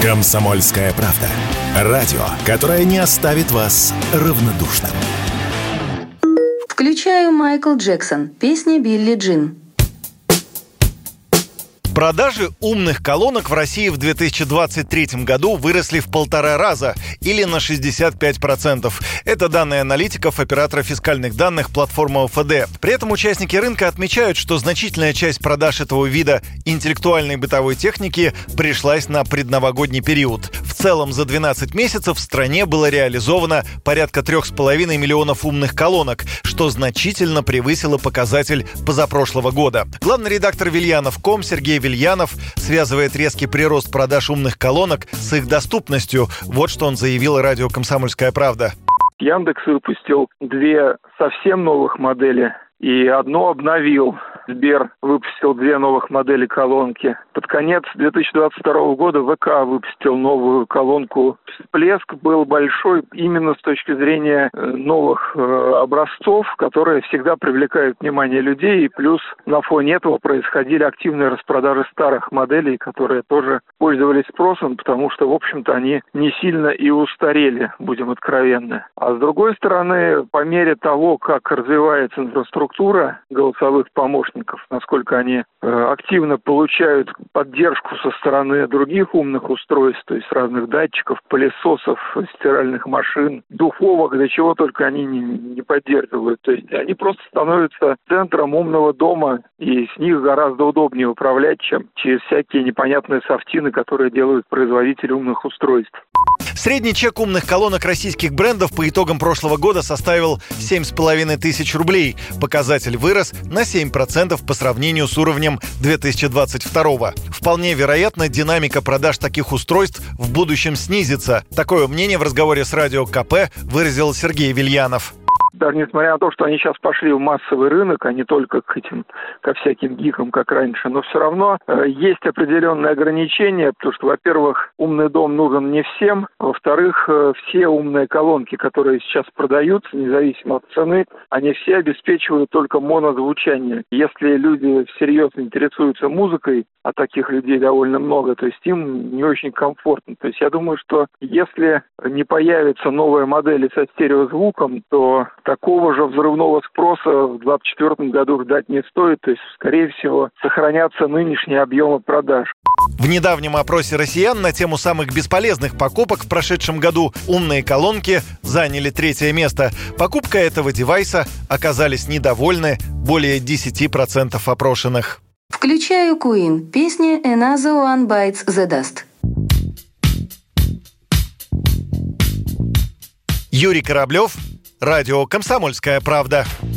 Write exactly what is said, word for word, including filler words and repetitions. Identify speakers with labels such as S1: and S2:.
S1: «Комсомольская правда». Радио, которое не оставит вас равнодушным.
S2: Включаю Майкл Джексон. Песня «Билли Джин».
S3: Продажи умных колонок в России в две тысячи двадцать третьем году выросли в полтора раза, или на шестьдесят пять процентов. Это данные аналитиков оператора фискальных данных платформы ОФД. При этом участники рынка отмечают, что значительная часть продаж этого вида интеллектуальной бытовой техники пришлась на предновогодний период. В целом за двенадцать месяцев в стране было реализовано порядка трех с половиной миллионов умных колонок, что значительно превысило показатель позапрошлого года. Главный редактор Вильянов точка ком Сергей Вильянов связывает резкий прирост продаж умных колонок с их доступностью. Вот что он заявил радио «Комсомольская правда».
S4: Яндекс выпустил две совсем новых модели и одну обновил. Сбер выпустил две новых модели колонки. Под конец две тысячи двадцать второго года ВК выпустил новую колонку. Всплеск был большой именно с точки зрения новых образцов, которые всегда привлекают внимание людей. И плюс на фоне этого происходили активные распродажи старых моделей, которые тоже пользовались спросом, потому что, в общем-то, они не сильно и устарели, будем откровенны. А с другой стороны, по мере того, как развивается инфраструктура голосовых помощников, насколько они э, активно получают поддержку со стороны других умных устройств, то есть разных датчиков, пылесосов, стиральных машин, духовок, до чего только они не, не поддерживают. То есть они просто становятся центром умного дома, и с них гораздо удобнее управлять, чем через всякие непонятные софтины, которые делают производители умных устройств.
S3: Средний чек умных колонок российских брендов по итогам прошлого года составил семь с половиной тысяч рублей. Показатель вырос на семь процентов по сравнению с уровнем две тысячи двадцать второго. Вполне вероятно, динамика продаж таких устройств в будущем снизится. Такое мнение в разговоре с радио КП выразил Сергей Вильянов.
S4: Даже несмотря на то, что они сейчас пошли в массовый рынок, а не только к этим, ко всяким гикам, как раньше, но все равно э, есть определенные ограничения, потому что, во-первых, умный дом нужен не всем, во-вторых, э, все умные колонки, которые сейчас продаются, независимо от цены, они все обеспечивают только монозвучание. Если люди всерьез интересуются музыкой, а таких людей довольно много, то есть им не очень комфортно. То есть я думаю, что если не появится новая модель со стереозвуком, то такого же взрывного спроса в двадцать четвёртом году ждать не стоит. То есть, скорее всего, сохранятся нынешние объемы продаж.
S3: В недавнем опросе россиян на тему самых бесполезных покупок в прошедшем году умные колонки заняли третье место. Покупкой этого девайса оказались недовольны более десять процентов опрошенных.
S2: Включаю Queen. Песня «Another One Bites the Dust».
S3: Юрий Кораблев, радио «Комсомольская правда».